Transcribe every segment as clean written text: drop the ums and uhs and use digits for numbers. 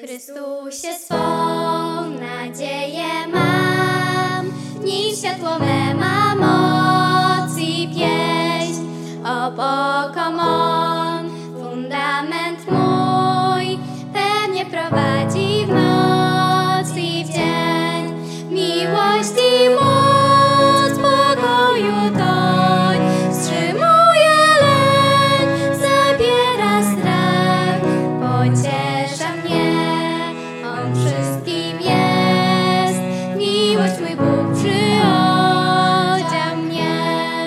Chrystusie swą nadzieję mam, w nim światło me ma moc i pieśń, opoką on, fundament mój, pewnie prowadzi w noc i w dzień, miłość i moc pokoju Toj, wstrzymuje lęk, zabiera strach, pociesza mnie, On wszystkim jest, miłość mój Bóg przyodział mnie.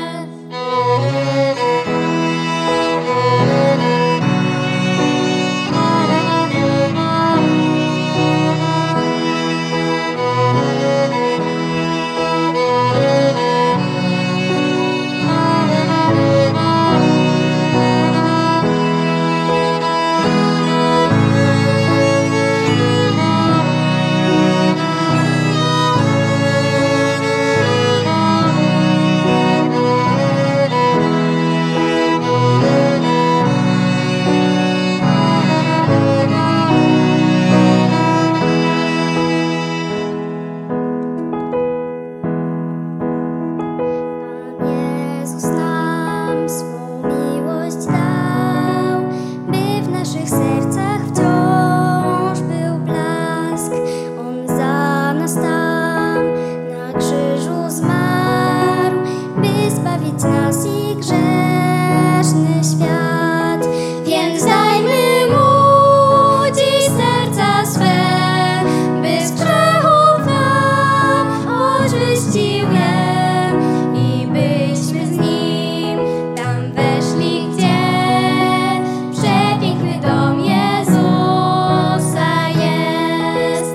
Jezus nam swą miłość dał, by w naszych sercach wciąż był blask. On za nas tam na krzyżu zmarł, by zbawić nas i grzeszny świat. Więc dajmy Mu dziś serca swe, by z grzechów nam oczyścił je. I byśmy z Nim tam weszli, gdzie przepiękny dom Jezusa jest.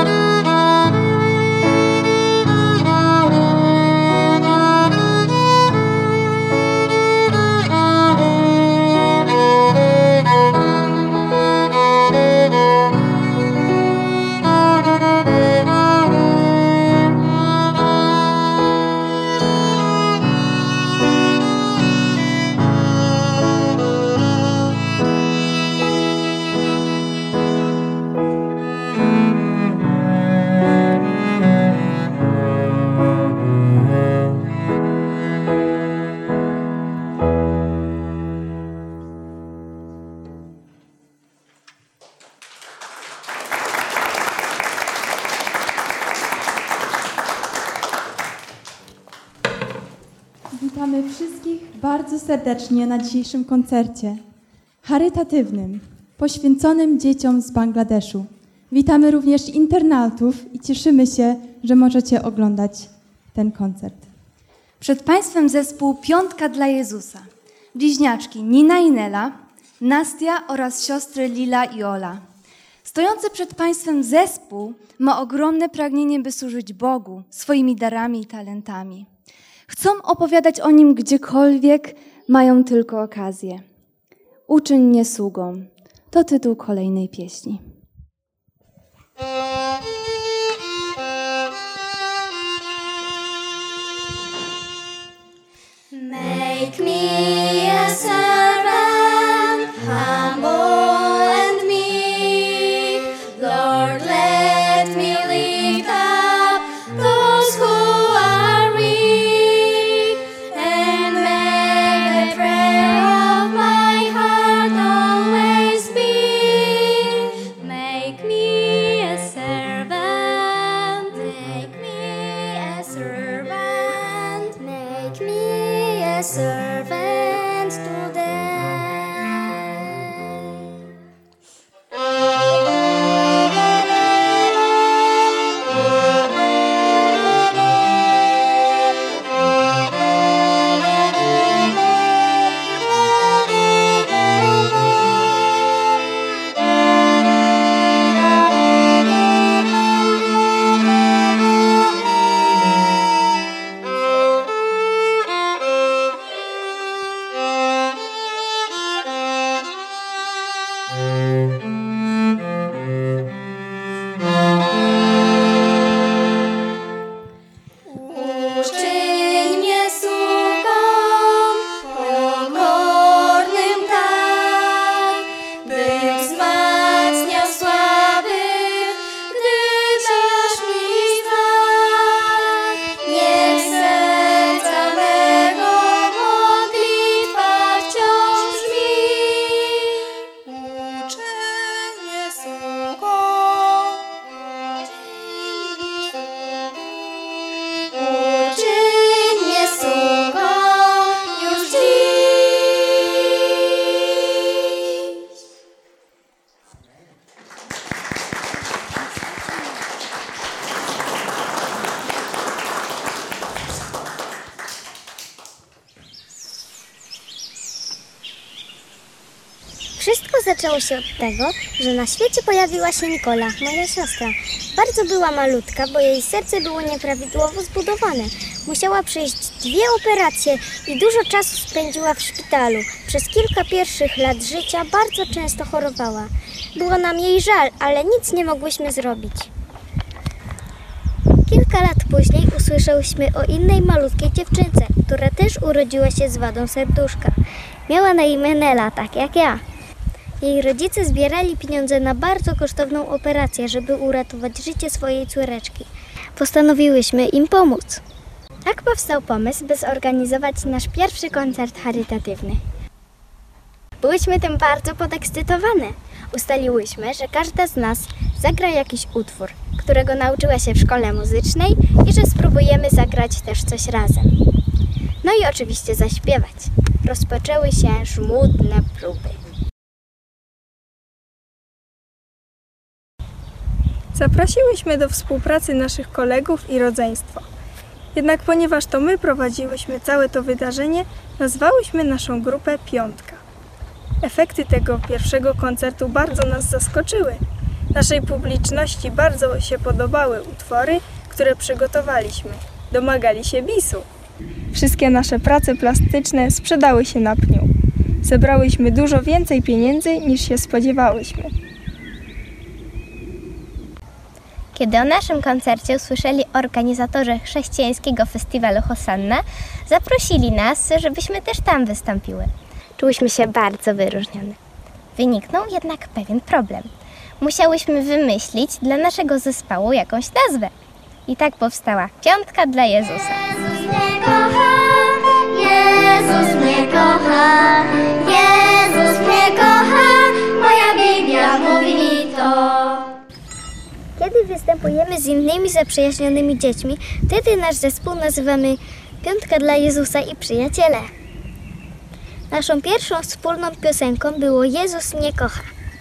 Witamy wszystkich bardzo serdecznie na dzisiejszym koncercie charytatywnym, poświęconym dzieciom z Bangladeszu. Witamy również internautów i cieszymy się, że możecie oglądać ten koncert. Przed Państwem zespół Piątka dla Jezusa. Bliźniaczki Nina i Nela, Nastia oraz siostry Lila i Ola. Stojący przed Państwem zespół ma ogromne pragnienie, by służyć Bogu swoimi darami i talentami. Chcą opowiadać o Nim gdziekolwiek mają tylko okazję. Uczyń mnie sługą. To tytuł kolejnej pieśni. Make me a servant, humble and meek. Lord, let me lift up those who are weak, and make the prayer of my heart always be. Make me a servant, make me a servant, make me a servant to them. zaczęło się od tego, że na świecie pojawiła się Nikola, moja siostra. Bardzo była malutka, bo jej serce było nieprawidłowo zbudowane. Musiała przejść 2 operacje i dużo czasu spędziła w szpitalu. Przez kilka pierwszych lat życia bardzo często chorowała. Było nam jej żal, ale nic nie mogłyśmy zrobić. Kilka lat później usłyszałyśmy o innej malutkiej dziewczynce, która też urodziła się z wadą serduszka. Miała na imię Nela, tak jak ja. Jej rodzice zbierali pieniądze na bardzo kosztowną operację, żeby uratować życie swojej córeczki. Postanowiłyśmy im pomóc. Tak powstał pomysł, by zorganizować nasz pierwszy koncert charytatywny. Byłyśmy tym bardzo podekscytowane. Ustaliłyśmy, że każda z nas zagra jakiś utwór, którego nauczyła się w szkole muzycznej i że spróbujemy zagrać też coś razem. No i oczywiście zaśpiewać. Rozpoczęły się żmudne próby. Zaprosiłyśmy do współpracy naszych kolegów i rodzeństwo. Jednak ponieważ to my prowadziłyśmy całe to wydarzenie, nazwałyśmy naszą grupę Piątka. Efekty tego pierwszego koncertu bardzo nas zaskoczyły. Naszej publiczności bardzo się podobały utwory, które przygotowaliśmy. Domagali się bisu. Wszystkie nasze prace plastyczne sprzedały się na pniu. Zebrałyśmy dużo więcej pieniędzy niż się spodziewałyśmy. Kiedy o naszym koncercie usłyszeli organizatorzy chrześcijańskiego festiwalu Hosanna, zaprosili nas, żebyśmy też tam wystąpiły. Czułyśmy się bardzo wyróżnione. Wyniknął jednak pewien problem. Musiałyśmy wymyślić dla naszego zespołu jakąś nazwę. I tak powstała Piątka dla Jezusa. Jezus mnie kocha, Jezus mnie kocha, Jezus mnie kocha, moja Biblia mówi mi to. Kiedy występujemy z innymi zaprzyjaźnionymi dziećmi, wtedy nasz zespół nazywamy Piątka dla Jezusa i Przyjaciele. Naszą pierwszą wspólną piosenką było Jezus mnie kocha.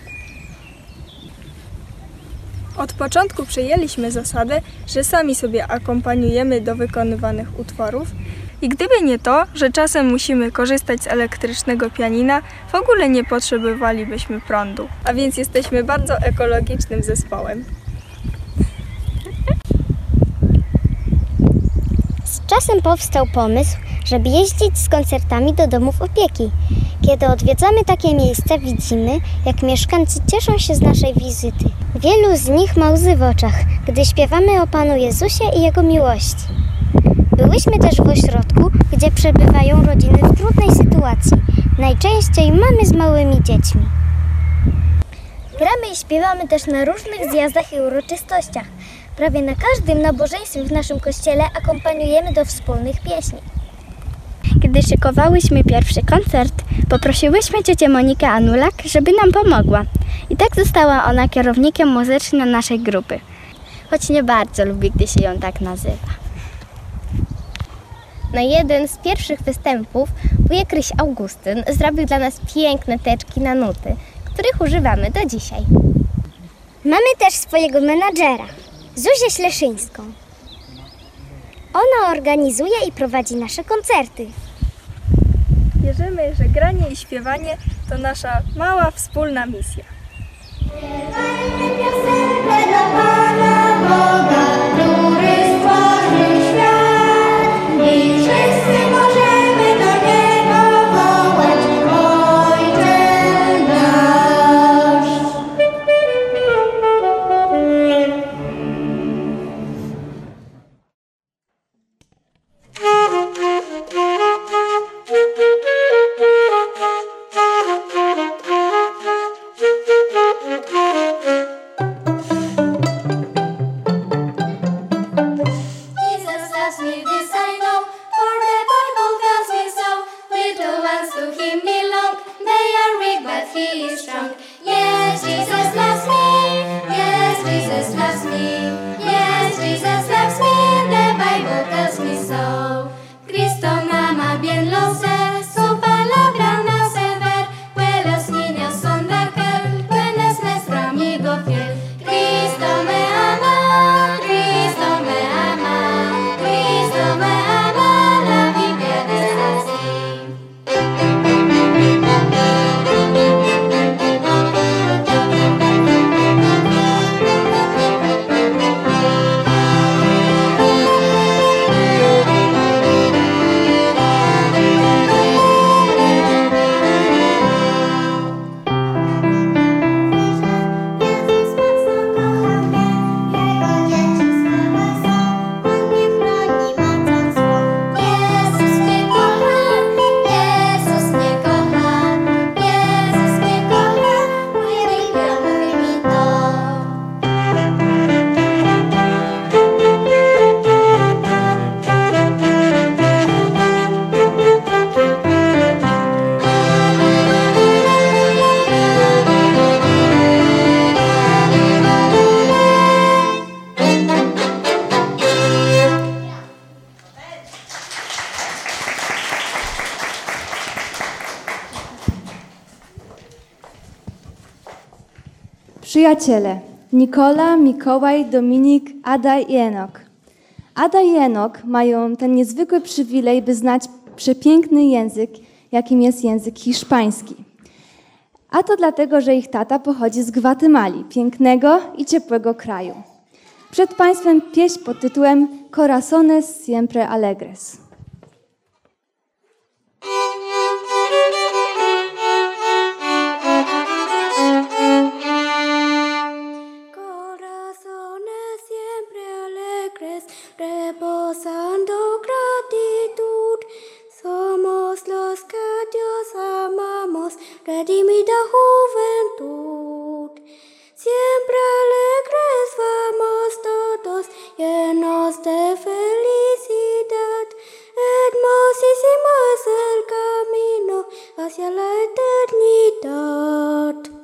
Od początku przyjęliśmy zasadę, że sami sobie akompaniujemy do wykonywanych utworów i gdyby nie to, że czasem musimy korzystać z elektrycznego pianina, w ogóle nie potrzebowalibyśmy prądu, a więc jesteśmy bardzo ekologicznym zespołem. Z czasem powstał pomysł, żeby jeździć z koncertami do domów opieki. Kiedy odwiedzamy takie miejsca, widzimy, jak mieszkańcy cieszą się z naszej wizyty. Wielu z nich ma łzy w oczach, gdy śpiewamy o Panu Jezusie i Jego miłości. Byłyśmy też w ośrodku, gdzie przebywają rodziny w trudnej sytuacji. Najczęściej mamy z małymi dziećmi. Gramy i śpiewamy też na różnych zjazdach i uroczystościach. Prawie na każdym nabożeństwie w naszym kościele akompaniujemy do wspólnych pieśni. Gdy szykowałyśmy pierwszy koncert, poprosiłyśmy ciocię Monikę Anulak, żeby nam pomogła. I tak została ona kierownikiem muzycznym naszej grupy. Choć nie bardzo lubię, gdy się ją tak nazywa. Na jeden z pierwszych występów wujek Ryś Augustyn zrobił dla nas piękne teczki na nuty, których używamy do dzisiaj. Mamy też swojego menadżera, Zuzię Śleszyńską. Ona organizuje i prowadzi nasze koncerty. Wierzymy, że granie i śpiewanie to nasza mała wspólna misja. Śpiewajmy piosenkę dla Pana Boga, który stworzył świat. I wszyscy możemy do Niego wołać, Ojcze nasz. Przyjaciele Nikola, Mikołaj, Dominik, Ada i Enok. Ada i Enok mają ten niezwykły przywilej, by znać przepiękny język, jakim jest język hiszpański. A to dlatego, że ich tata pochodzi z Gwatemali, pięknego i ciepłego kraju. Przed Państwem pieśń pod tytułem Corazones siempre alegres. Corazones siempre alegres, rebosando gratitud, somos los que Dios amamos, redimida juventud. Siempre alegres vamos todos, llenos de felicidad. Hermosísimo es el camino hacia la eternidad.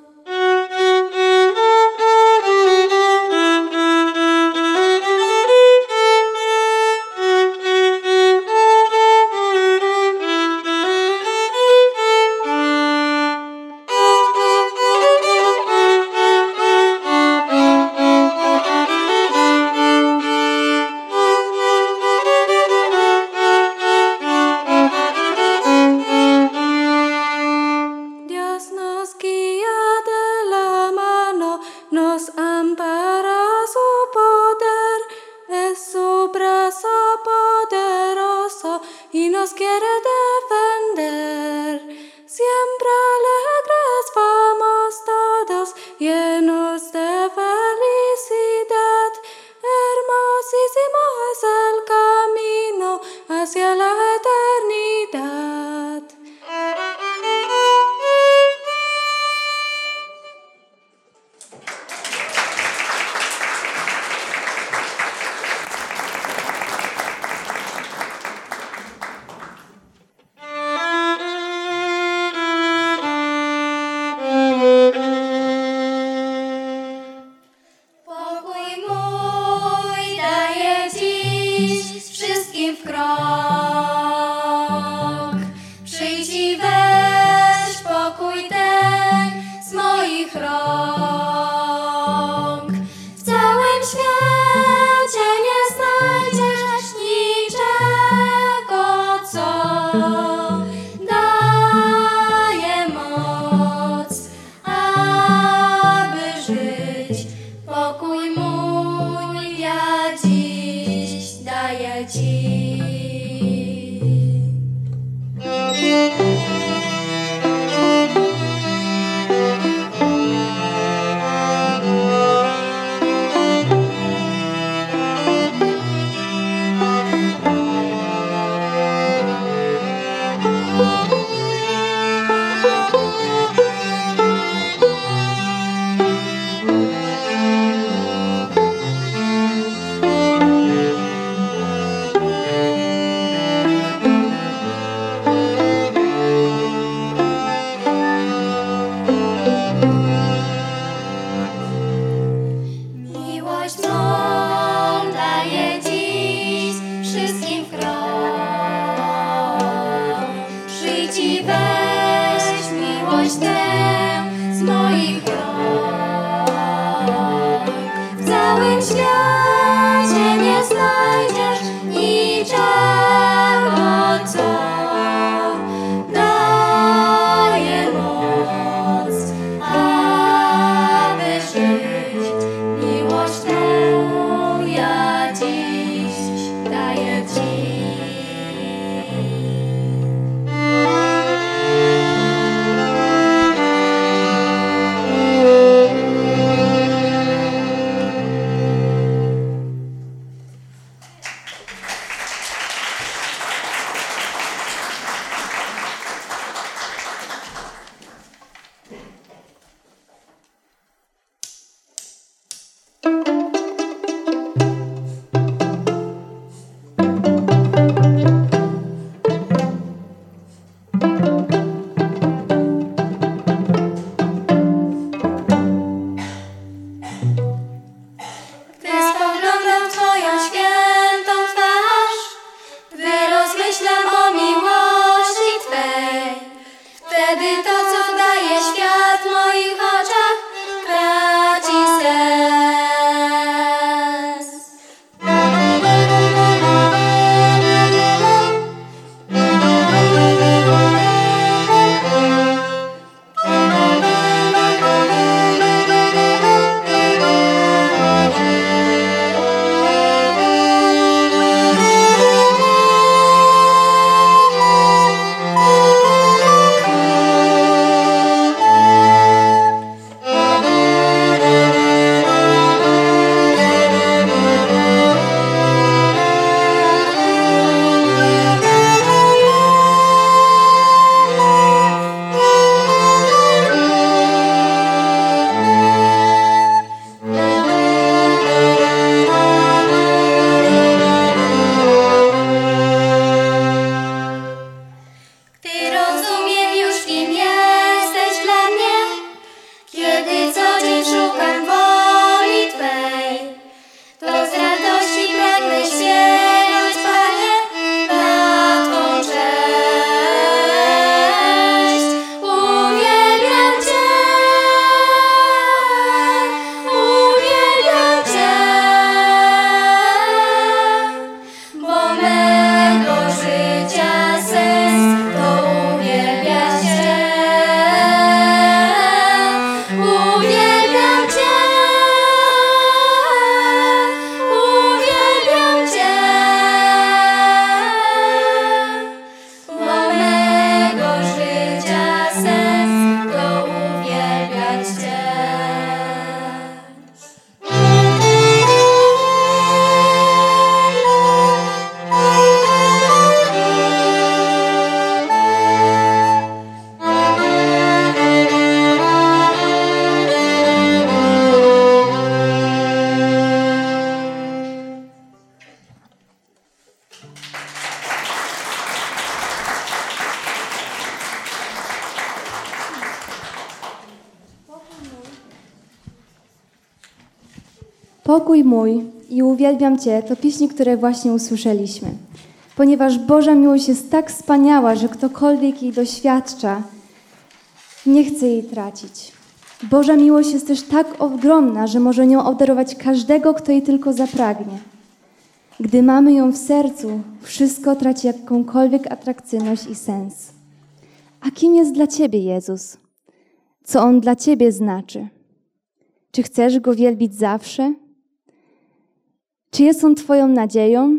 Pokój mój i uwielbiam Cię to pieśni, które właśnie usłyszeliśmy. Ponieważ Boża miłość jest tak wspaniała, że ktokolwiek jej doświadcza, nie chce jej tracić. Boża miłość jest też tak ogromna, że może nią obdarować każdego, kto jej tylko zapragnie. Gdy mamy ją w sercu, wszystko traci jakąkolwiek atrakcyjność i sens. A kim jest dla Ciebie Jezus? Co On dla Ciebie znaczy? Czy chcesz Go wielbić zawsze? Czy jest On Twoją nadzieją?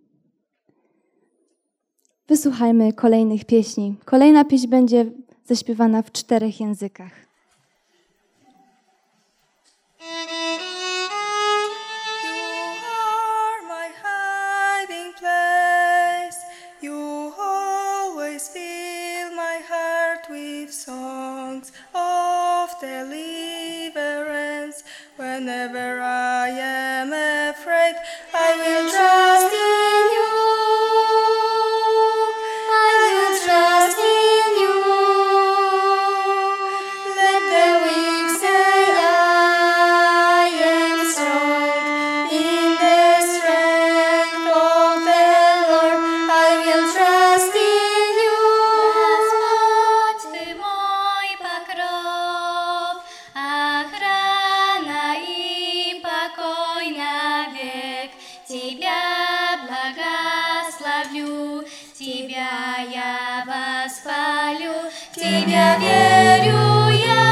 Wysłuchajmy kolejnych pieśni. Kolejna pieśń będzie zaśpiewana w 4 językach. Songs of deliverance. Whenever I am afraid, I will trust in you. I will trust in you. Let the weak say I am strong. In the strength of the Lord, I will trust in you. Тебя верю я,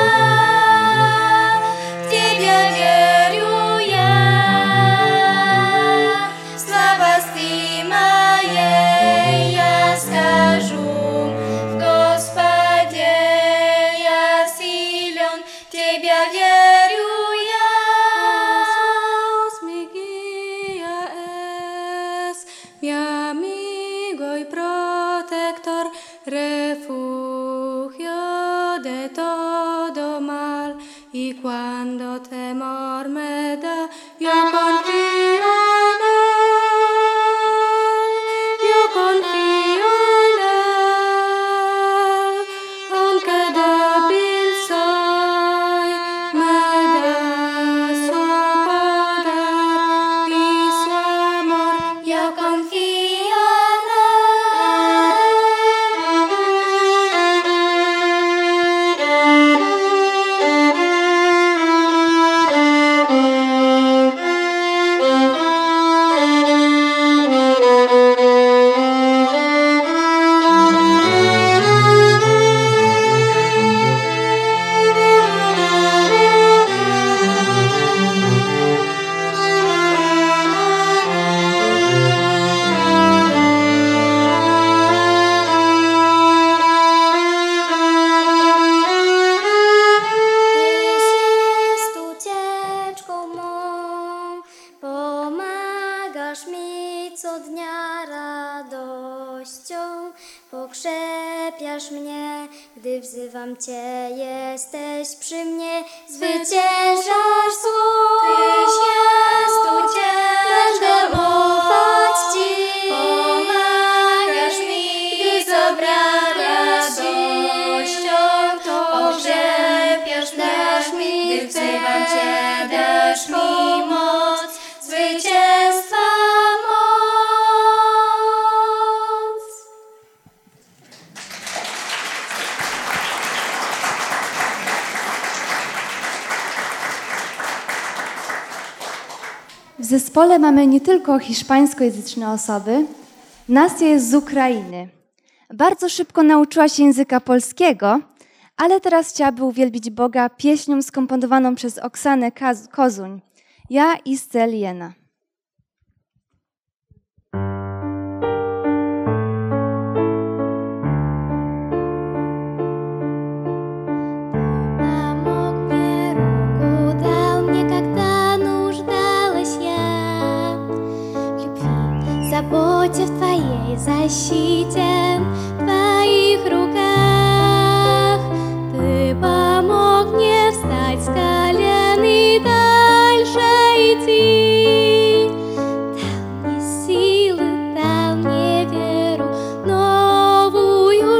в Тебя верю я, слабости моей я скажу, в Господе я силен, в Тебя верю я. Jesús mi guía es, mi amigo y protector, refugio de todo mal, y cuando temor me da, yo confío en él, yo confío en él, aunque débil soy, me da su poder y su amor, yo confío en él. Pokrzepiasz mnie, gdy wzywam Cię, jesteś przy mnie, zwyciężasz zło. Tyś jest ucieczką, będę ufać Ci. Pomagasz mi, gdy zobraz radością, pokrzepiasz mnie, gdy wzywam Cię, dasz mi moc, zwycięstwa moc. W zespole mamy nie tylko hiszpańskojęzyczne osoby. Nastia jest z Ukrainy. Bardzo szybko nauczyła się języka polskiego, ale teraz chciałaby uwielbić Boga pieśnią skomponowaną przez Oksanę Kozuń. Ja i Steliena. Заботе в Твоей защите, в Твоих руках. Ты помог мне встать с колен и дальше идти. Дал мне силы, дал мне веру, новую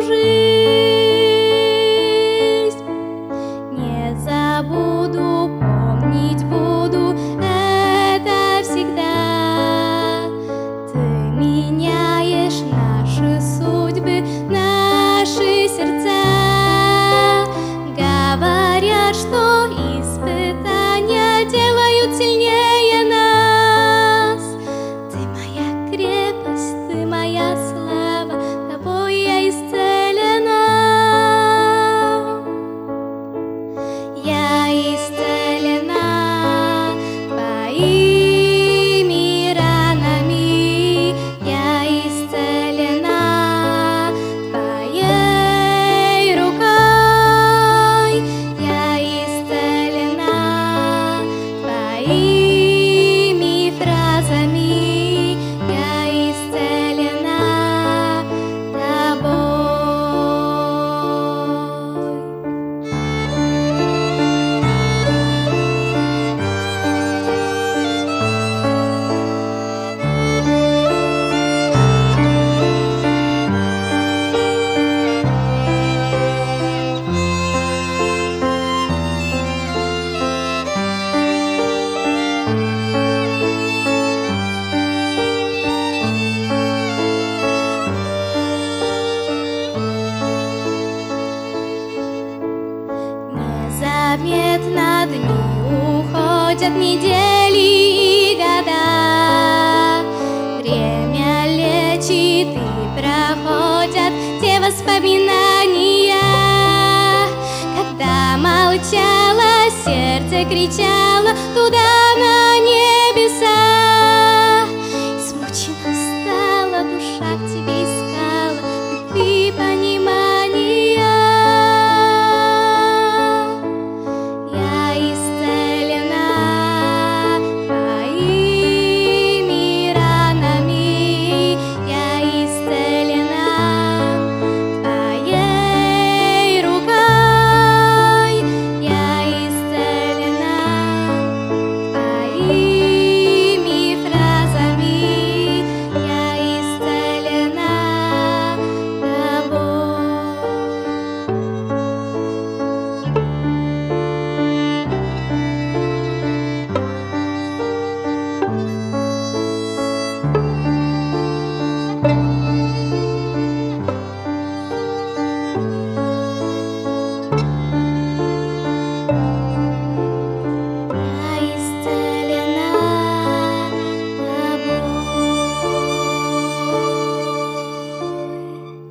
жизнь. Не забуду, помнить буду незаметно дни уходят, недели и года. Время лечит и проходят те воспоминания, когда молчало, сердце кричало туда на небеса. Измучена стала, душа к тебе искала любви, понимания. Я исцелена твоими ранами, я исцелена твоей рукой, я исцелена твоими фразами, я исцелена тобой. Я исцелена тобой.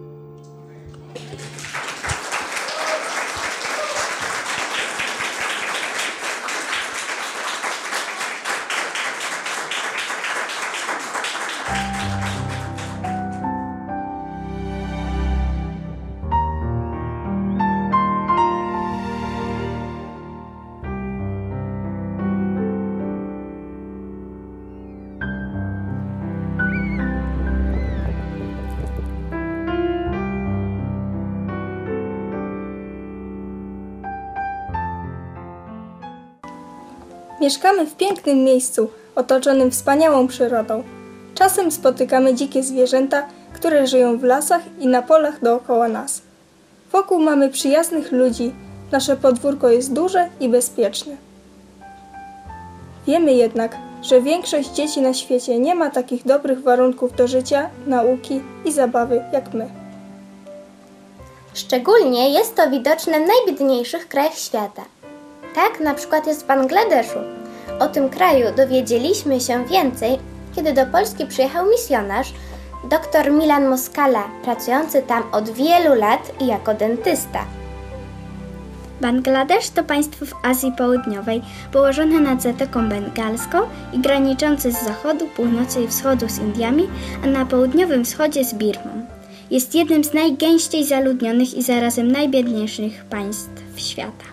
Mieszkamy w pięknym miejscu, otoczonym wspaniałą przyrodą. Czasem spotykamy dzikie zwierzęta, które żyją w lasach i na polach dookoła nas. Wokół mamy przyjaznych ludzi, nasze podwórko jest duże i bezpieczne. Wiemy jednak, że większość dzieci na świecie nie ma takich dobrych warunków do życia, nauki i zabawy jak my. Szczególnie jest to widoczne w najbiedniejszych krajach świata. Tak na przykład jest w Bangladeszu. O tym kraju dowiedzieliśmy się więcej, kiedy do Polski przyjechał misjonarz, dr Milan Moskala, pracujący tam od wielu lat jako dentysta. Bangladesz to państwo w Azji Południowej, położone nad Zatoką Bengalską i graniczące z zachodu, północy i wschodu z Indiami, a na południowym wschodzie z Birmą. Jest jednym z najgęściej zaludnionych i zarazem najbiedniejszych państw świata.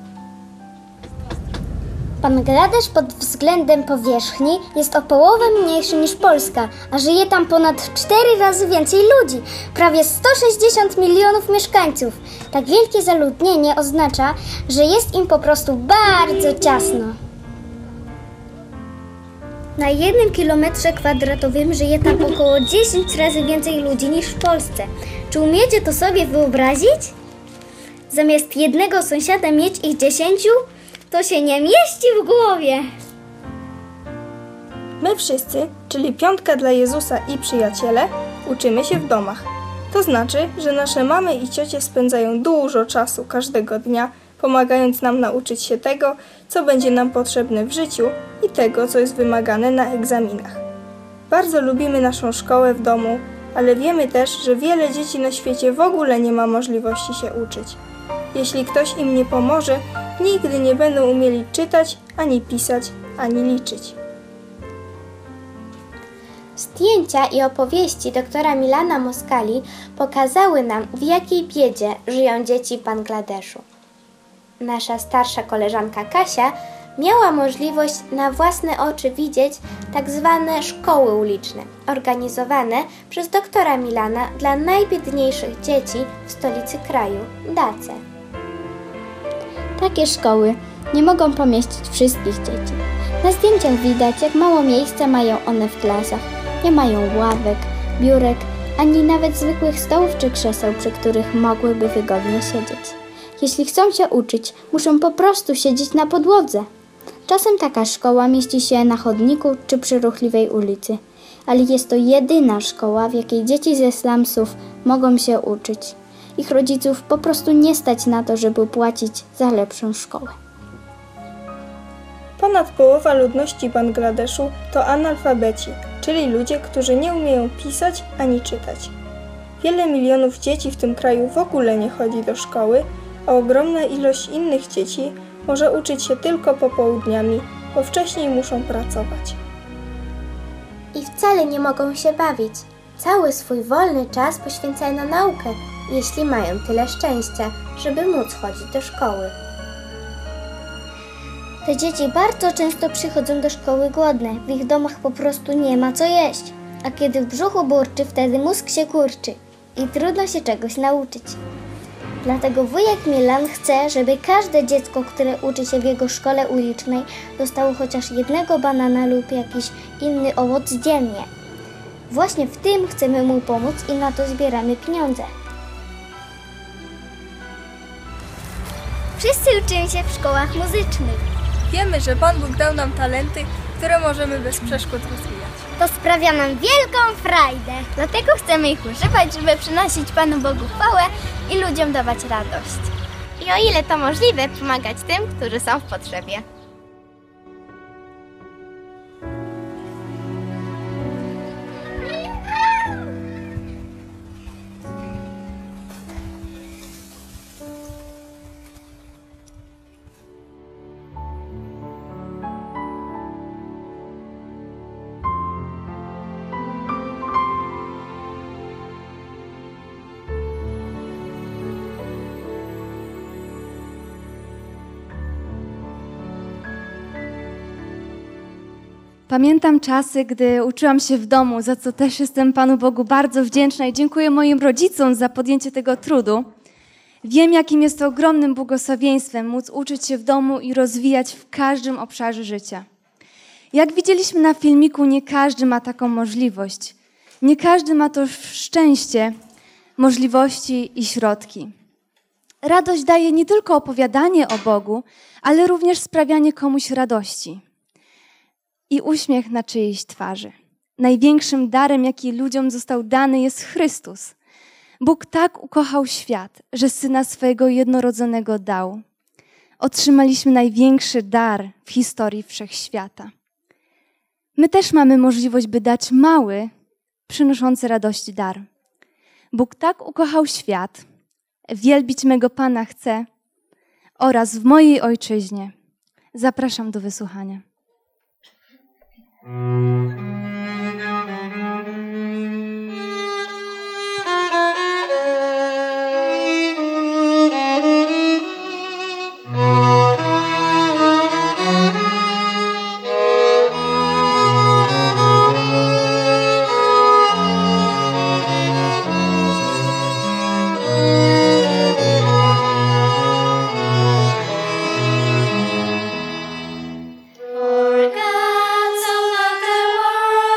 Bangladesz pod względem powierzchni jest o połowę mniejszy niż Polska, a żyje tam ponad 4 razy więcej ludzi, prawie 160 milionów mieszkańców. Tak wielkie zaludnienie oznacza, że jest im po prostu bardzo ciasno. Na 1 kilometrze kwadratowym żyje tam około 10 razy więcej ludzi niż w Polsce. Czy umiecie to sobie wyobrazić? Zamiast jednego sąsiada mieć ich 10, to się nie mieści w głowie. My wszyscy, czyli Piątka dla Jezusa i przyjaciele, uczymy się w domach. To znaczy, że nasze mamy i ciocie spędzają dużo czasu każdego dnia, pomagając nam nauczyć się tego, co będzie nam potrzebne w życiu i tego, co jest wymagane na egzaminach. Bardzo lubimy naszą szkołę w domu, ale wiemy też, że wiele dzieci na świecie w ogóle nie ma możliwości się uczyć. Jeśli ktoś im nie pomoże, nigdy nie będą umieli czytać, ani pisać, ani liczyć. Zdjęcia i opowieści doktora Milana Moskali pokazały nam, w jakiej biedzie żyją dzieci w Bangladeszu. Nasza starsza koleżanka Kasia miała możliwość na własne oczy widzieć tak zwane szkoły uliczne, organizowane przez doktora Milana dla najbiedniejszych dzieci w stolicy kraju, Dace. Takie szkoły nie mogą pomieścić wszystkich dzieci. Na zdjęciach widać, jak mało miejsca mają one w klasach. Nie mają ławek, biurek, ani nawet zwykłych stołów czy krzeseł, przy których mogłyby wygodnie siedzieć. Jeśli chcą się uczyć, muszą po prostu siedzieć na podłodze. Czasem taka szkoła mieści się na chodniku czy przy ruchliwej ulicy, ale jest to jedyna szkoła, w jakiej dzieci ze slumsów mogą się uczyć. Ich rodziców po prostu nie stać na to, żeby płacić za lepszą szkołę. Ponad połowa ludności Bangladeszu to analfabeci, czyli ludzie, którzy nie umieją pisać ani czytać. Wiele milionów dzieci w tym kraju w ogóle nie chodzi do szkoły, a ogromna ilość innych dzieci może uczyć się tylko popołudniami, bo wcześniej muszą pracować. I wcale nie mogą się bawić. Cały swój wolny czas poświęcają na naukę, jeśli mają tyle szczęścia, żeby móc chodzić do szkoły. Te dzieci bardzo często przychodzą do szkoły głodne, w ich domach po prostu nie ma co jeść. A kiedy w brzuchu burczy, wtedy mózg się kurczy i trudno się czegoś nauczyć. Dlatego wujek Milan chce, żeby każde dziecko, które uczy się w jego szkole ulicznej, dostało chociaż jednego banana lub jakiś inny owoc dziennie. Właśnie w tym chcemy mu pomóc i na to zbieramy pieniądze. Wszyscy uczymy się w szkołach muzycznych. Wiemy, że Pan Bóg dał nam talenty, które możemy bez przeszkód rozwijać. To sprawia nam wielką frajdę. Dlatego chcemy ich używać, żeby przynosić Panu Bogu chwałę i ludziom dawać radość. I o ile to możliwe, pomagać tym, którzy są w potrzebie. Pamiętam czasy, gdy uczyłam się w domu, za co też jestem Panu Bogu bardzo wdzięczna i dziękuję moim rodzicom za podjęcie tego trudu. Wiem, jakim jest to ogromnym błogosławieństwem móc uczyć się w domu i rozwijać w każdym obszarze życia. Jak widzieliśmy na filmiku, nie każdy ma taką możliwość. Nie każdy ma to szczęście, możliwości i środki. Radość daje nie tylko opowiadanie o Bogu, ale również sprawianie komuś radości i uśmiech na czyjejś twarzy. Największym darem, jaki ludziom został dany, jest Chrystus. Bóg tak ukochał świat, że Syna swojego jednorodzonego dał. Otrzymaliśmy największy dar w historii wszechświata. My też mamy możliwość, by dać mały, przynoszący radość dar. Bóg tak ukochał świat, wielbić mego Pana chce oraz w mojej ojczyźnie. Zapraszam do wysłuchania. For God so loved the world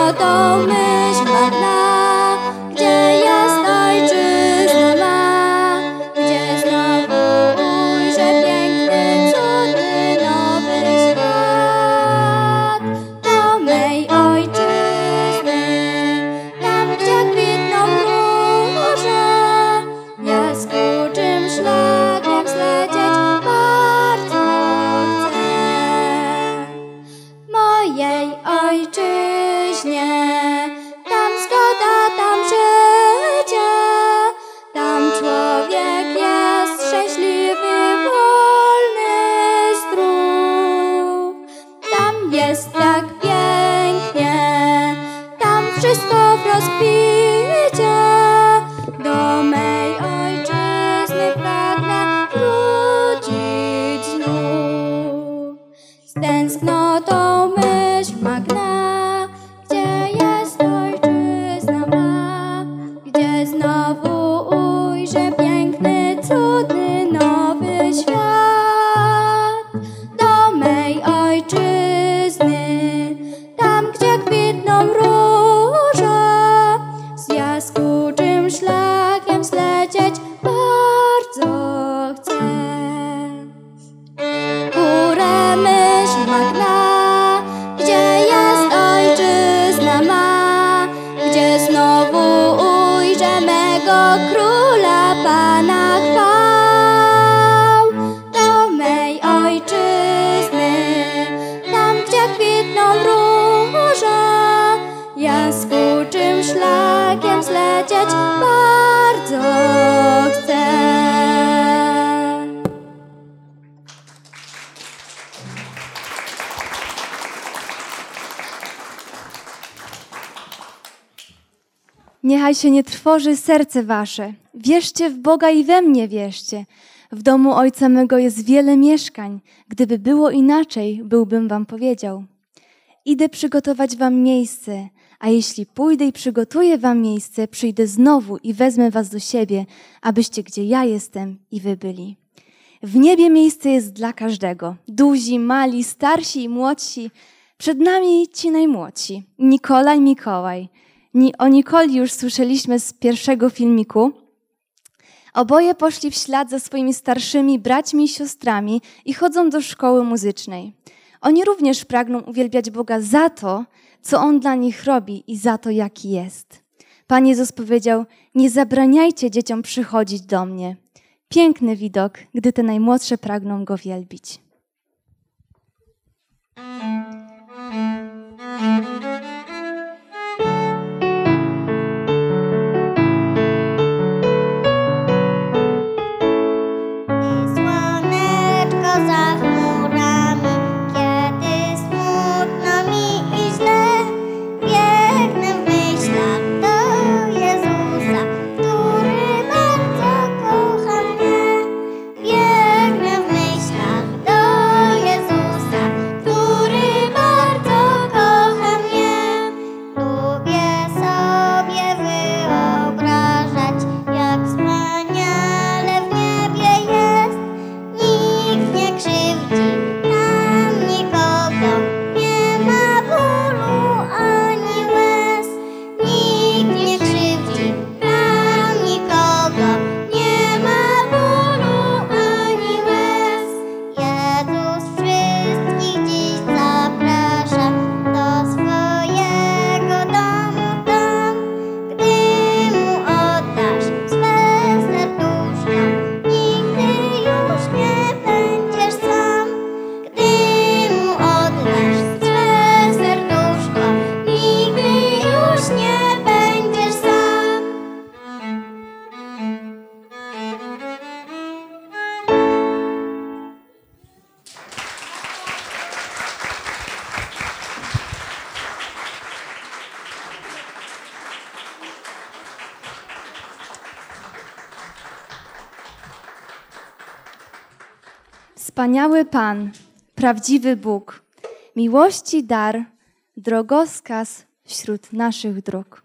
tęsknotą myśl marna, gdzie jest ojczyzna ma, gdzie znowu ujrzę piękny, cudny, nowy świat. Do mej ojczyzny, tam gdzie kwitną róże, ja skuczym szlakiem zlecieć bardzo chcę. Mojej ojczyźnie, tam zgoda, tam życie, tam człowiek jest szczęśliwy, wolny, zdrów. Tam jest tak pięknie, tam wszystko w rozkwicie. Do mej ojczyzny pragnę wrócić znów. Z tęsknotą myśl ma gna, gdzie jest ojczyzna ma, gdzie znowu ujrzę piękny, cudny, nowy świat. Do mej ojczyzny, tam gdzie kwitną róże, z jaskuczym szlakiem zlecieć bardzo chcę. Górę myśl ma gna, gdzie jest ojczyzna ma, gdzie znowu ujrzę mego króla, Pana chwał. Do mej ojczyzny, tam gdzie kwitną róże, jaskuczym szlakiem zlecieć bardzo chcę. Niechaj się nie trwoży serce wasze. Wierzcie w Boga i we mnie wierzcie. W domu Ojca mego jest wiele mieszkań. Gdyby było inaczej, byłbym wam powiedział. Idę przygotować wam miejsce, a jeśli pójdę i przygotuję wam miejsce, przyjdę znowu i wezmę was do siebie, abyście gdzie ja jestem i wy byli. W niebie miejsce jest dla każdego. Duzi, mali, starsi i młodsi. Przed nami ci najmłodsi. Nikola i Mikołaj. O Nikoli już słyszeliśmy z pierwszego filmiku. Oboje poszli w ślad za swoimi starszymi braćmi i siostrami i chodzą do szkoły muzycznej. Oni również pragną uwielbiać Boga za to, co On dla nich robi i za to, jaki jest. Pan Jezus powiedział: nie zabraniajcie dzieciom przychodzić do mnie. Piękny widok, gdy te najmłodsze pragną Go wielbić. Słoneczko za chmurami, kiedy smutno mi i źle, biegnę w myślach do Jezusa, który bardzo kocha mnie. Biegnę w myślach do Jezusa, który bardzo kocha mnie. Lubię sobie wyobrażać, jak wspaniale w niebie jest. Nikt nie krzywdzi tam nikogo, nie ma bólu ani łez. Nikt nie krzywdzi tam nikogo, nie ma bólu ani łez. Jezus wszystkich dziś zaprasza do swojego domu tam. Gdy Mu oddasz swe serduszko, nigdy już nie będziesz sam. Gdy Mu oddasz swe serduszko, nigdy już nie będziesz sam. Wspaniały Pan, prawdziwy Bóg, miłości dar, drogowskaz wśród naszych dróg.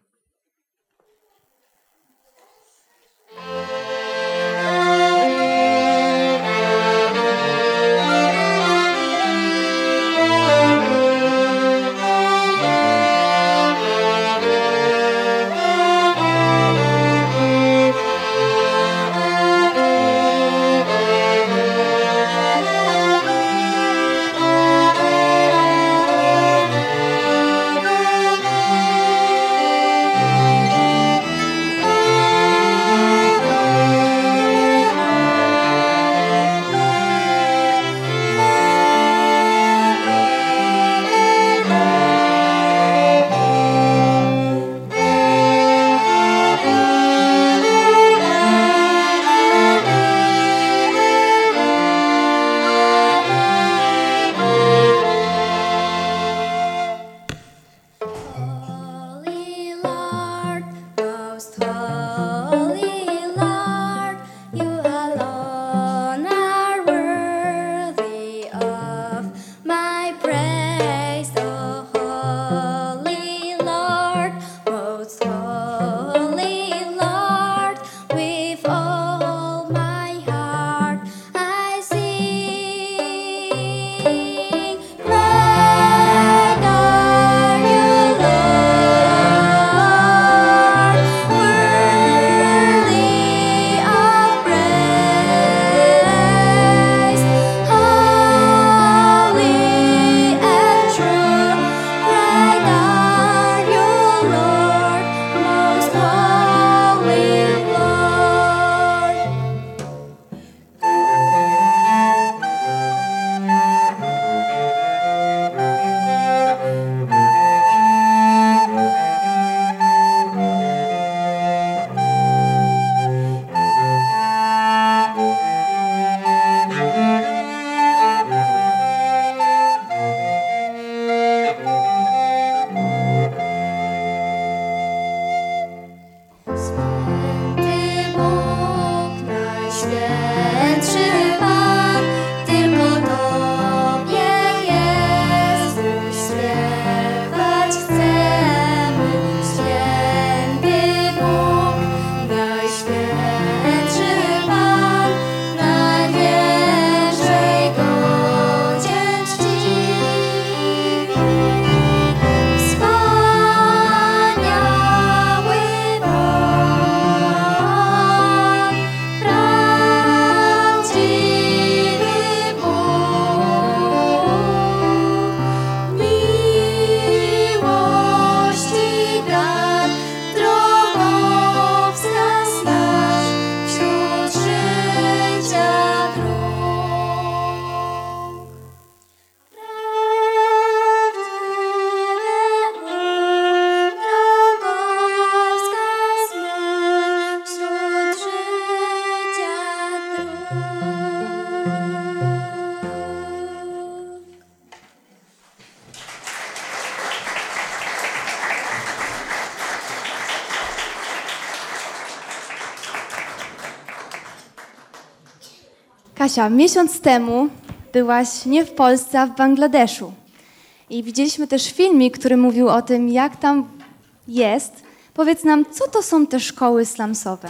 Kasia, miesiąc temu byłaś nie w Polsce, a w Bangladeszu. I widzieliśmy też filmik, który mówił o tym, jak tam jest. Powiedz nam, co to są te szkoły slumsowe?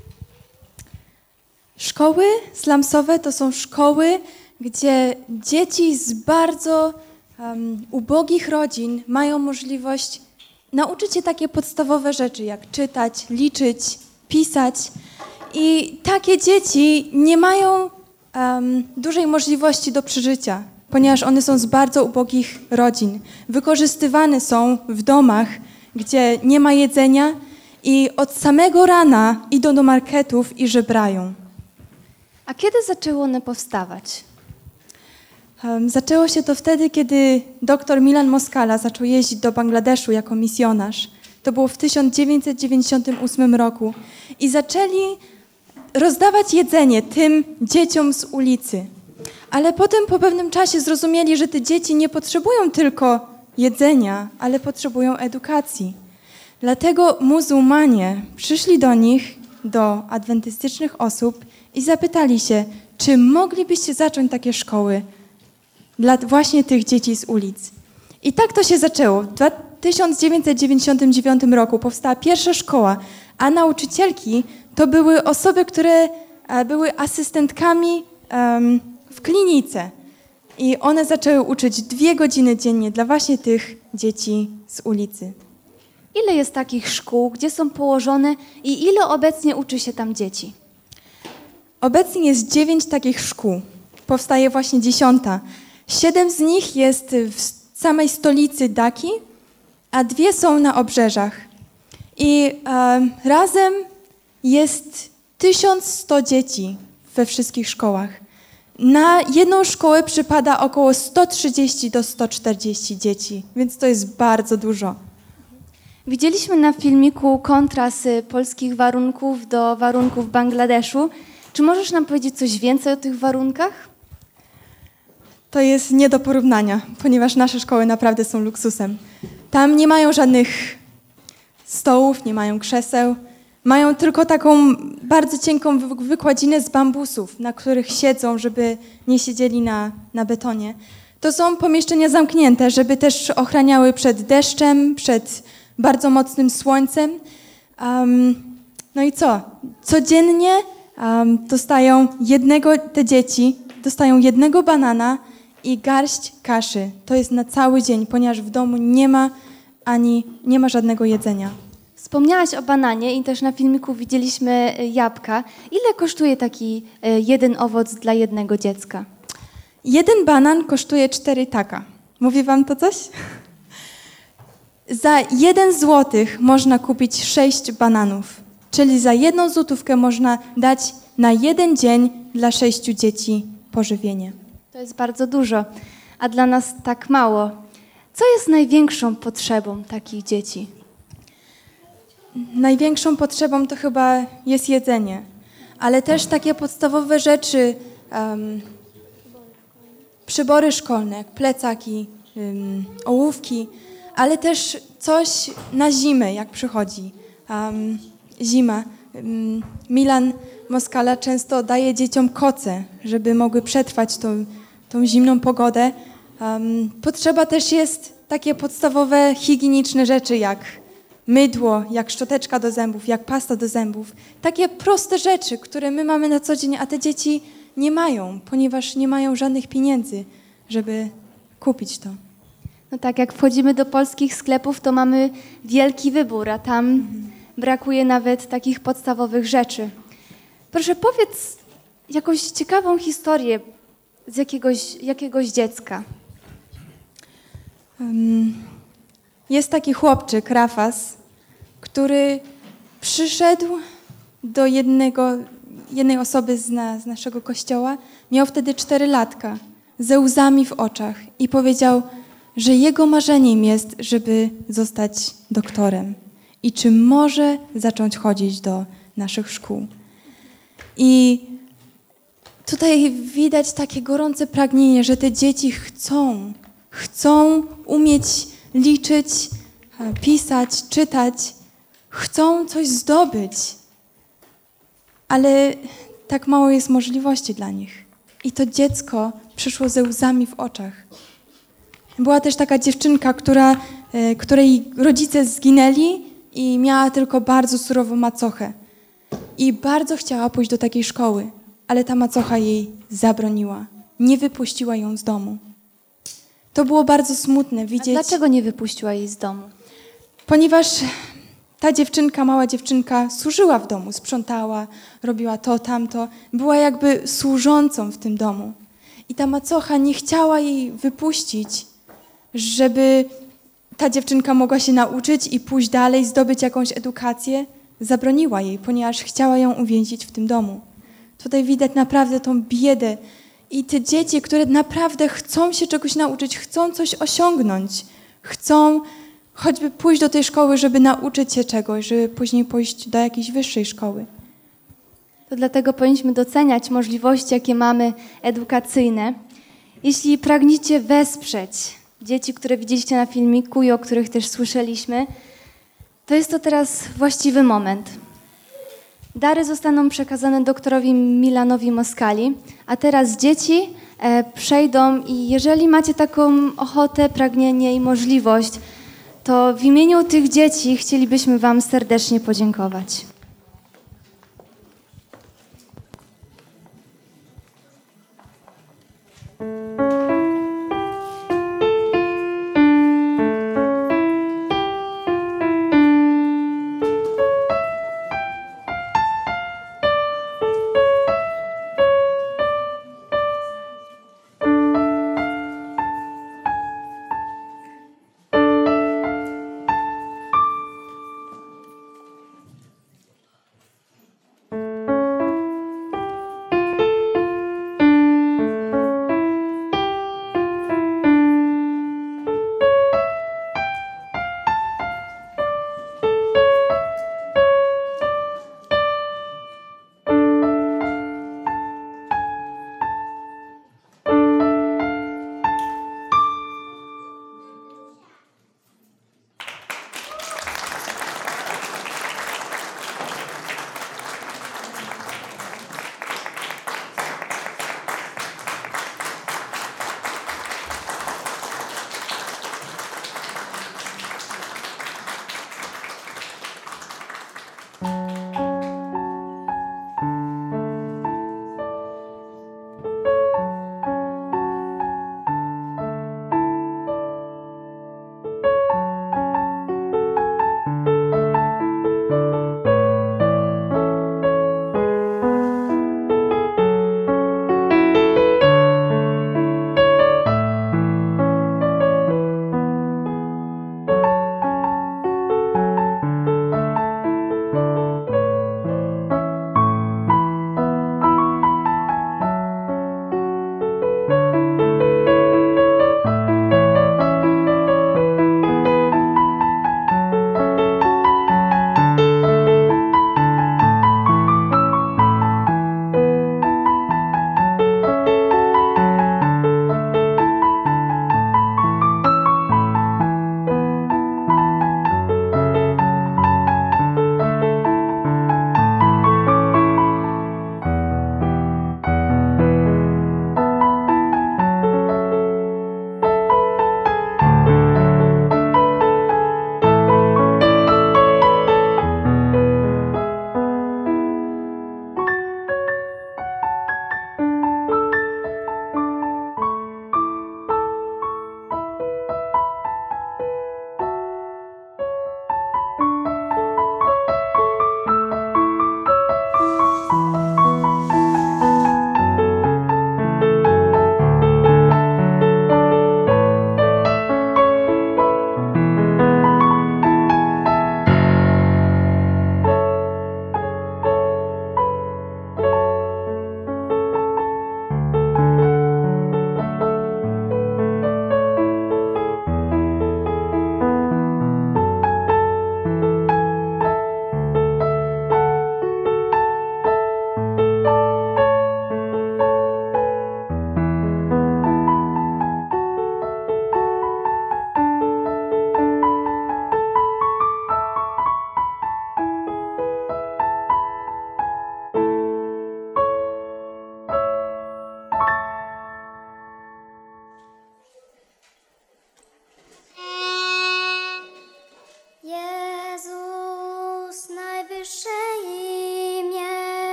Szkoły slumsowe to są szkoły, gdzie dzieci z bardzo ubogich rodzin mają możliwość nauczyć się takie podstawowe rzeczy, jak czytać, liczyć, pisać. I takie dzieci nie mają dużej możliwości do przeżycia, ponieważ one są z bardzo ubogich rodzin. Wykorzystywane są w domach, gdzie nie ma jedzenia i od samego rana idą do marketów i żebrają. A kiedy zaczęły one powstawać? Zaczęło się to wtedy, kiedy dr Milan Moskala zaczął jeździć do Bangladeszu jako misjonarz. To było w 1998 roku. I zaczęli rozdawać jedzenie tym dzieciom z ulicy. Ale potem po pewnym czasie zrozumieli, że te dzieci nie potrzebują tylko jedzenia, ale potrzebują edukacji. Dlatego muzułmanie przyszli do nich, do adwentystycznych osób i zapytali się, czy moglibyście zacząć takie szkoły dla właśnie tych dzieci z ulic. I tak to się zaczęło. W 1999 roku powstała pierwsza szkoła, a nauczycielki to były osoby, które były asystentkami w klinice. I one zaczęły uczyć 2 godziny dziennie dla właśnie tych dzieci z ulicy. Ile jest takich szkół, gdzie są położone i ile obecnie uczy się tam dzieci? Obecnie jest 9 takich szkół. Powstaje właśnie 10. 7 z nich jest w samej stolicy Dhaki, a 2 są na obrzeżach. I razem jest 1100 dzieci we wszystkich szkołach. Na jedną szkołę przypada około 130 do 140 dzieci, więc to jest bardzo dużo. Widzieliśmy na filmiku kontrast polskich warunków do warunków Bangladeszu. Czy możesz nam powiedzieć coś więcej o tych warunkach? To jest nie do porównania, ponieważ nasze szkoły naprawdę są luksusem. Tam nie mają żadnych stołów, nie mają krzeseł. Mają tylko taką bardzo cienką wykładzinę z bambusów, na których siedzą, żeby nie siedzieli na betonie. To są pomieszczenia zamknięte, żeby też ochraniały przed deszczem, przed bardzo mocnym słońcem. No i co? Codziennie te dzieci dostają jednego banana i garść kaszy. To jest na cały dzień, ponieważ w domu nie ma żadnego jedzenia. Wspomniałaś o bananie i też na filmiku widzieliśmy jabłka. Ile kosztuje taki jeden owoc dla jednego dziecka? 1 banan kosztuje 4 taka. Mówi wam to coś? Za 1 złotych można kupić 6 bananów. Czyli za 1 złotówkę można dać na 1 dzień dla 6 dzieci pożywienie. To jest bardzo dużo, a dla nas tak mało. Co jest największą potrzebą takich dzieci? Największą potrzebą to chyba jest jedzenie, ale też takie podstawowe rzeczy, przybory szkolne, jak plecaki, ołówki, ale też coś na zimę, jak przychodzi zima. Milan Moskala często daje dzieciom koce, żeby mogły przetrwać tą zimną pogodę. Potrzeba też jest takie podstawowe higieniczne rzeczy, jak mydło, jak szczoteczka do zębów, jak pasta do zębów. Takie proste rzeczy, które my mamy na co dzień, a te dzieci nie mają, ponieważ nie mają żadnych pieniędzy, żeby kupić to. No tak, jak wchodzimy do polskich sklepów, to mamy wielki wybór, a tam brakuje nawet takich podstawowych rzeczy. Proszę, powiedz jakąś ciekawą historię z jakiegoś dziecka. Jest taki chłopczyk, Rafas, który przyszedł do jednej osoby z naszego kościoła. Miał wtedy 4 latka, ze łzami w oczach i powiedział, że jego marzeniem jest, żeby zostać doktorem i czy może zacząć chodzić do naszych szkół. I tutaj widać takie gorące pragnienie, że te dzieci chcą umieć liczyć, pisać, czytać, chcą coś zdobyć, ale tak mało jest możliwości dla nich. i to dziecko przyszło ze łzami w oczach. Była też taka dziewczynka, której rodzice zginęli i miała tylko bardzo surową macochę. I bardzo chciała pójść do takiej szkoły, ale ta macocha jej zabroniła. Nie wypuściła ją z domu. To było bardzo smutne A widzieć. dlaczego nie wypuściła jej z domu? Ponieważ ta dziewczynka, mała dziewczynka, służyła w domu, sprzątała, robiła to, tamto. Była jakby służącą w tym domu. I ta macocha nie chciała jej wypuścić, żeby ta dziewczynka mogła się nauczyć i pójść dalej, zdobyć jakąś edukację. Zabroniła jej, ponieważ chciała ją uwięzić w tym domu. Tutaj widać naprawdę tą biedę. I te dzieci, które naprawdę chcą się czegoś nauczyć, chcą coś osiągnąć, chcą choćby pójść do tej szkoły, żeby nauczyć się czegoś, żeby później pójść do jakiejś wyższej szkoły. To dlatego powinniśmy doceniać możliwości, jakie mamy edukacyjne. Jeśli pragniecie wesprzeć dzieci, które widzieliście na filmiku i o których też słyszeliśmy, to jest to teraz właściwy moment. Dary zostaną przekazane doktorowi Milanowi Moskali, a teraz dzieci przejdą i jeżeli macie taką ochotę, pragnienie i możliwość, to w imieniu tych dzieci chcielibyśmy Wam serdecznie podziękować.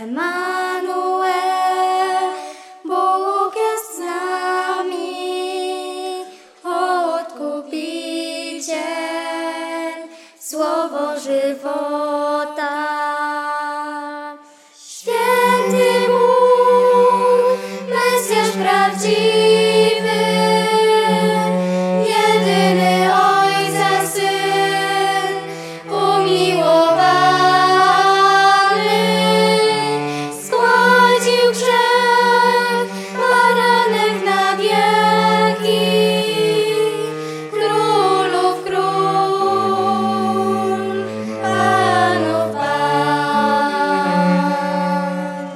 Emanuel, Bóg jest z nami, Odkupiciel, Słowo żywota. Święty Bóg, Mesjasz prawdziwy, jedyny Ojca Syn, umiłowany, zgładził grzech, baranek na wieki, królów król, panów pan.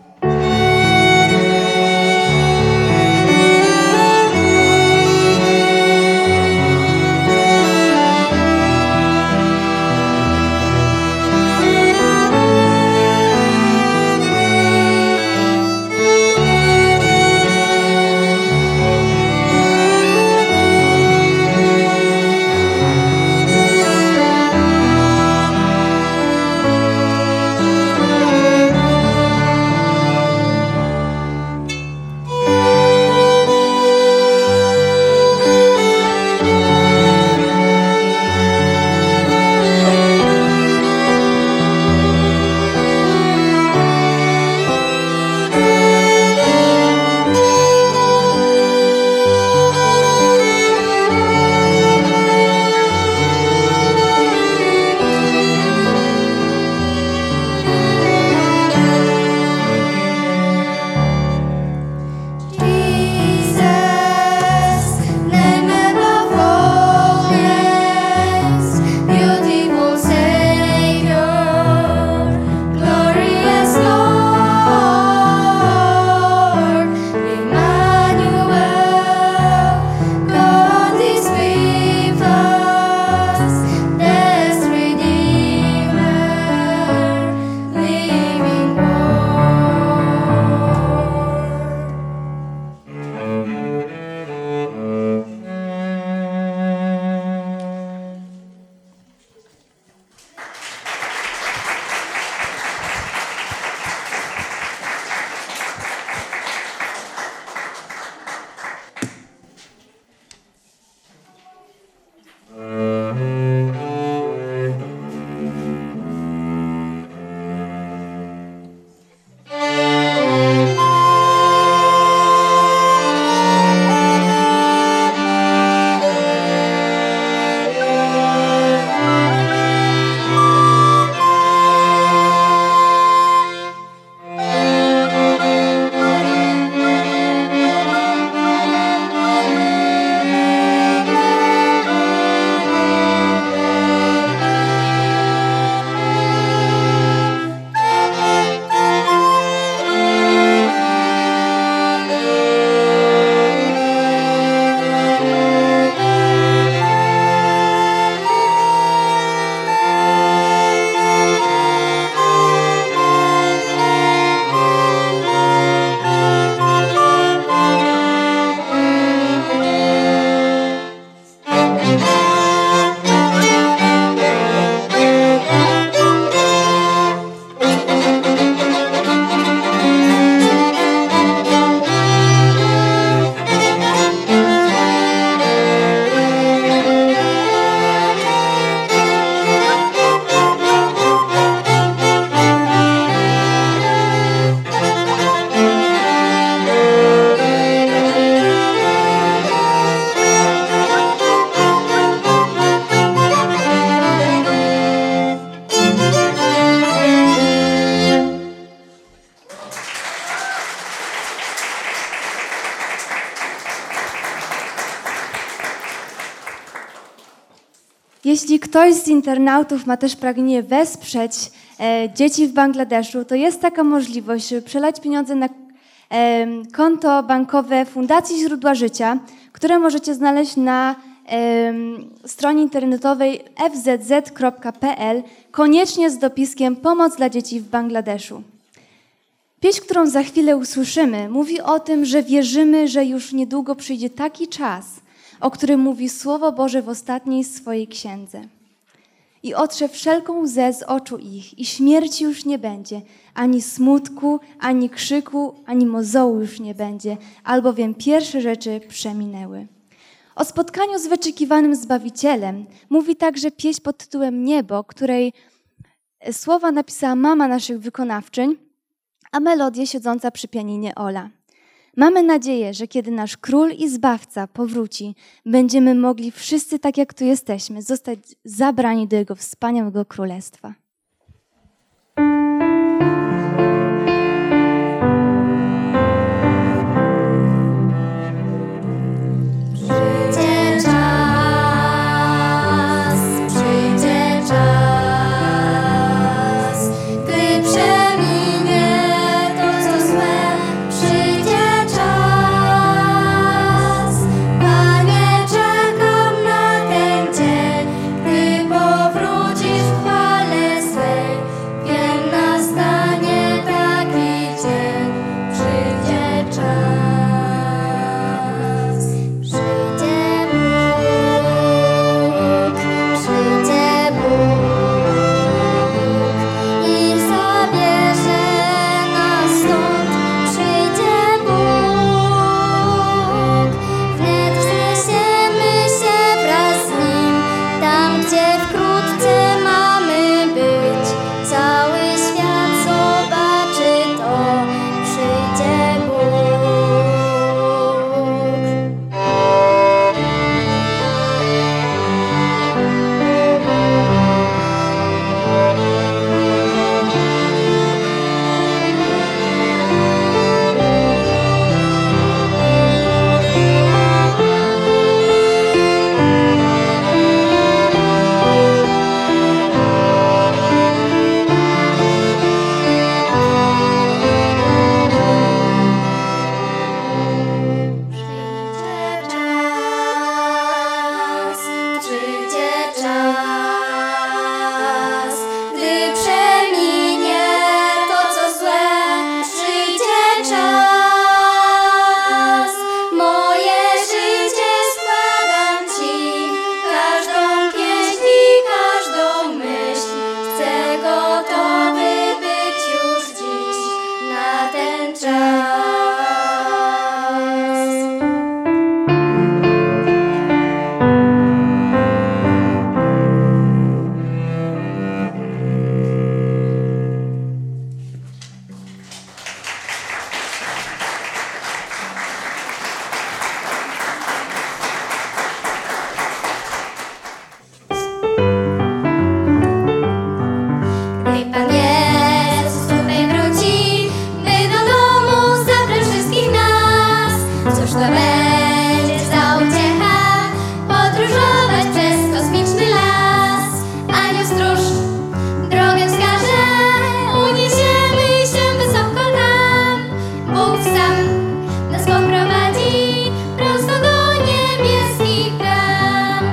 Jesus, name above all names, beautiful Savior, glorious Lord, Emmanuel, God is with us, there's Redeemer, living Lord. Jeśli ktoś z internautów ma też pragnienie wesprzeć dzieci w Bangladeszu, to jest taka możliwość, żeby przelać pieniądze na konto bankowe Fundacji Źródła Życia, które możecie znaleźć na stronie internetowej fzz.pl, koniecznie z dopiskiem Pomoc dla dzieci w Bangladeszu. Pieśń, którą za chwilę usłyszymy, mówi o tym, że wierzymy, że już niedługo przyjdzie taki czas, o którym mówi Słowo Boże w ostatniej swojej księdze. i otrze wszelką łzę z oczu ich i śmierci już nie będzie, ani smutku, ani krzyku, ani mozołu już nie będzie, albowiem pierwsze rzeczy przeminęły. O spotkaniu z wyczekiwanym Zbawicielem mówi także pieśń pod tytułem Niebo, której słowa napisała mama naszych wykonawczyń, a melodię siedząca przy pianinie Ola. Mamy nadzieję, że kiedy nasz Król i Zbawca powróci, będziemy mogli wszyscy, tak jak tu jesteśmy, zostać zabrani do Jego wspaniałego Królestwa. Przyjdzie czas, gdy przeminie to, co złe. Przyjdzie czas, Panie, czekam na ten dzień, gdy powrócisz w chwale swej. Wiem, nastanie taki dzień, przyjdzie czas. Przyjdzie Bóg i zabierze nas stąd. Przyjdzie Bóg, wnet wzniesiemy się wraz z Nim, tam gdzie wkrótce mamy być. Cały świat zobaczy to, przyjdzie Bóg. Przyjdzie czas, gdy przeminie to, co złe. Przyjdzie czas, moje życie składam Ci, każdą pieśń i każdą myśl. Chcę gotowy być już dziś na ten czas. Gdy Pan Jezus tutaj wróci, by do domu zabrać wszystkich nas. Cóż to będzie za uciecha, podróżować przez kosmiczny las. Anioł stróż drogę wskaże, uniesiemy się wysoko tam. Bóg sam nas poprowadzi prosto do niebieskich bram.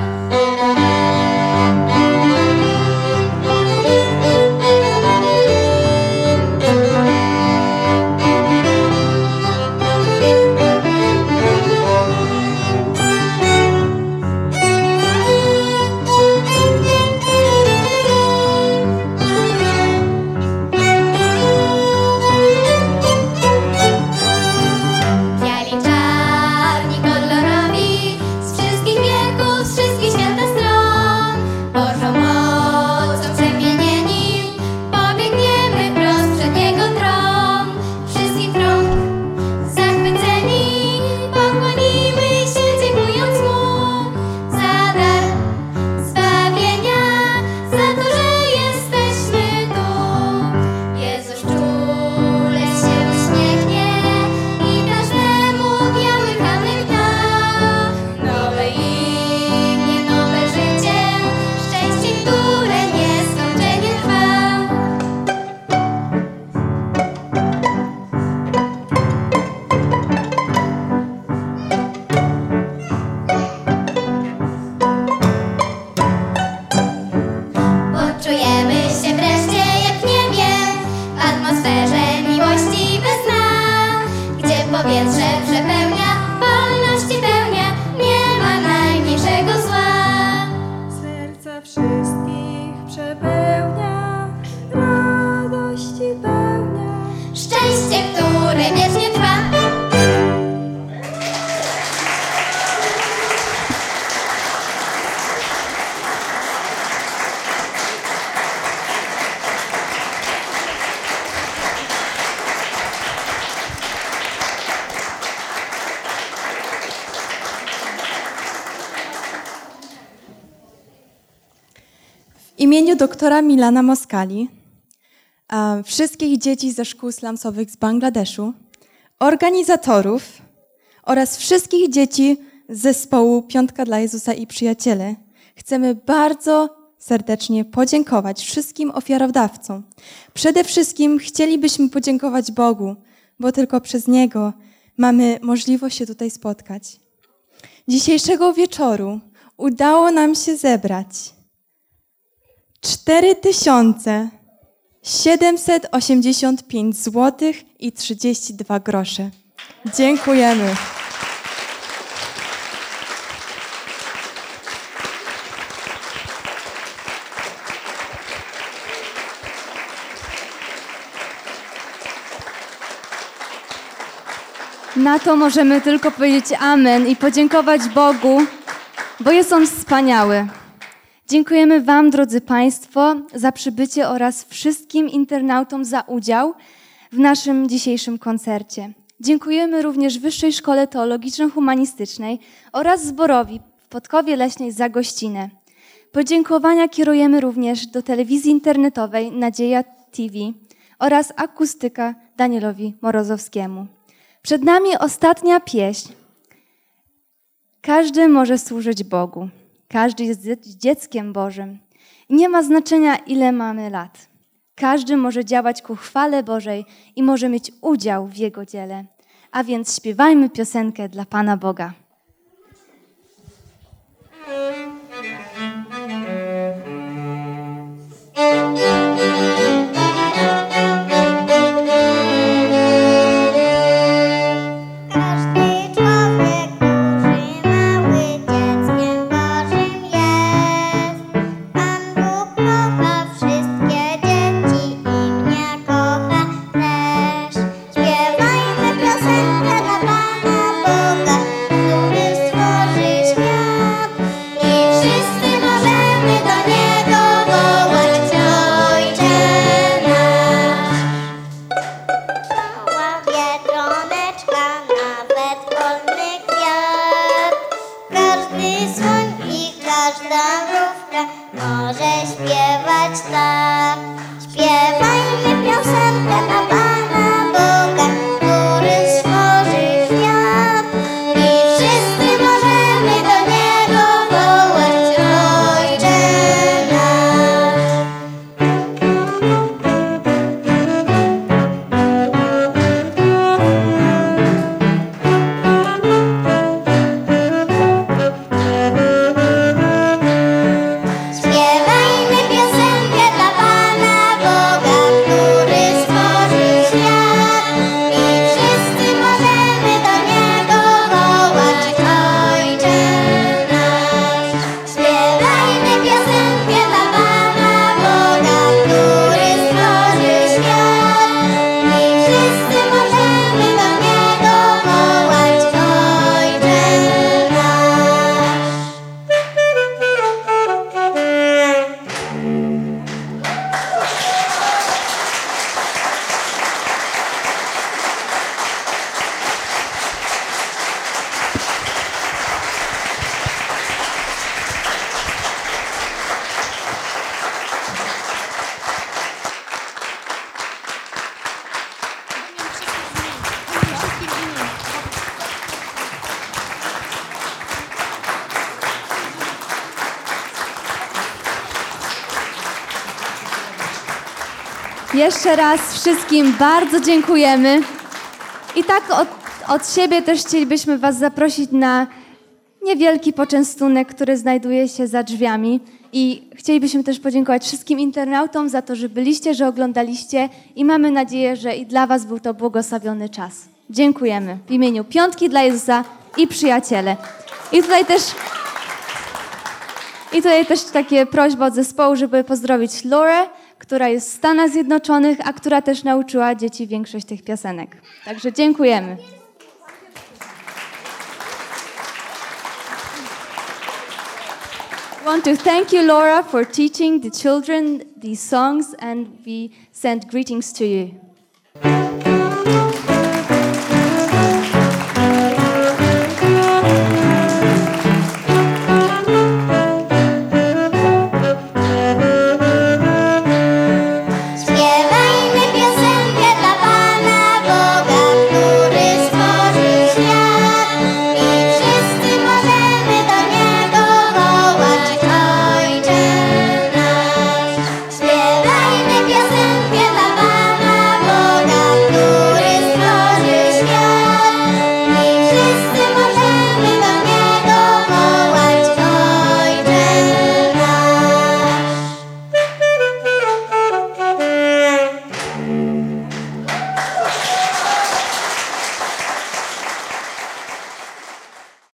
Biali, czarni, kolorowi, z wszystkich wieków, z wszystkich świata stron, Bożą mocą przemienieni, pobiegniemy wprost przed Jego tron. Wszystkich rąk zachwyceni, pokłonimy się, dziękując Mu za dar zbawienia, za to, że jesteśmy tu. Jezus czule się uśmiechnie i każdemu biały kamyk da. Nowe imię, nowe życie, szczęście, które nieskończenie trwa. Poczujemy się wreszcie jak w niebie, w atmosferze miłości bez dna, gdzie powietrze przepełnia, wolności pełnia, nie ma najmniejszego zła. Serca wszystkich imieniu doktora Milana Moskali, wszystkich dzieci ze szkół slumsowych z Bangladeszu, organizatorów oraz wszystkich dzieci z zespołu Piątka dla Jezusa i Przyjaciele chcemy bardzo serdecznie podziękować wszystkim ofiarodawcom. Przede wszystkim chcielibyśmy podziękować Bogu, bo tylko przez Niego mamy możliwość się tutaj spotkać. Dzisiejszego wieczoru udało nam się zebrać 4785 zł i 32 grosze. Dziękujemy. Na to możemy tylko powiedzieć amen i podziękować Bogu, bo jest On wspaniały. Dziękujemy Wam, drodzy Państwo, za przybycie oraz wszystkim internautom za udział w naszym dzisiejszym koncercie. Dziękujemy również Wyższej Szkole Teologiczno-Humanistycznej oraz zborowi w Podkowie Leśnej za gościnę. Podziękowania kierujemy również do telewizji internetowej Nadzieja TV oraz Akustyka Danielowi Morozowskiemu. Przed nami ostatnia pieśń. Każdy może służyć Bogu. Każdy jest dzieckiem Bożym. Nie ma znaczenia, ile mamy lat. Każdy może działać ku chwale Bożej i może mieć udział w Jego dziele. A więc śpiewajmy piosenkę dla Pana Boga. Jeszcze raz wszystkim bardzo dziękujemy. I tak od siebie też chcielibyśmy Was zaprosić na niewielki poczęstunek, który znajduje się za drzwiami. I chcielibyśmy też podziękować wszystkim internautom za to, że byliście, że oglądaliście i mamy nadzieję, że i dla Was był to błogosławiony czas. Dziękujemy w imieniu Piątki dla Jezusa i Przyjaciele. I tutaj też takie prośba od zespołu, żeby pozdrowić Laurę, która jest w Stanach Zjednoczonych, a która też nauczyła dzieci większość tych piosenek. Także dziękujemy. I want to thank you, Laura, for teaching the children these songs, and we send greetings to you.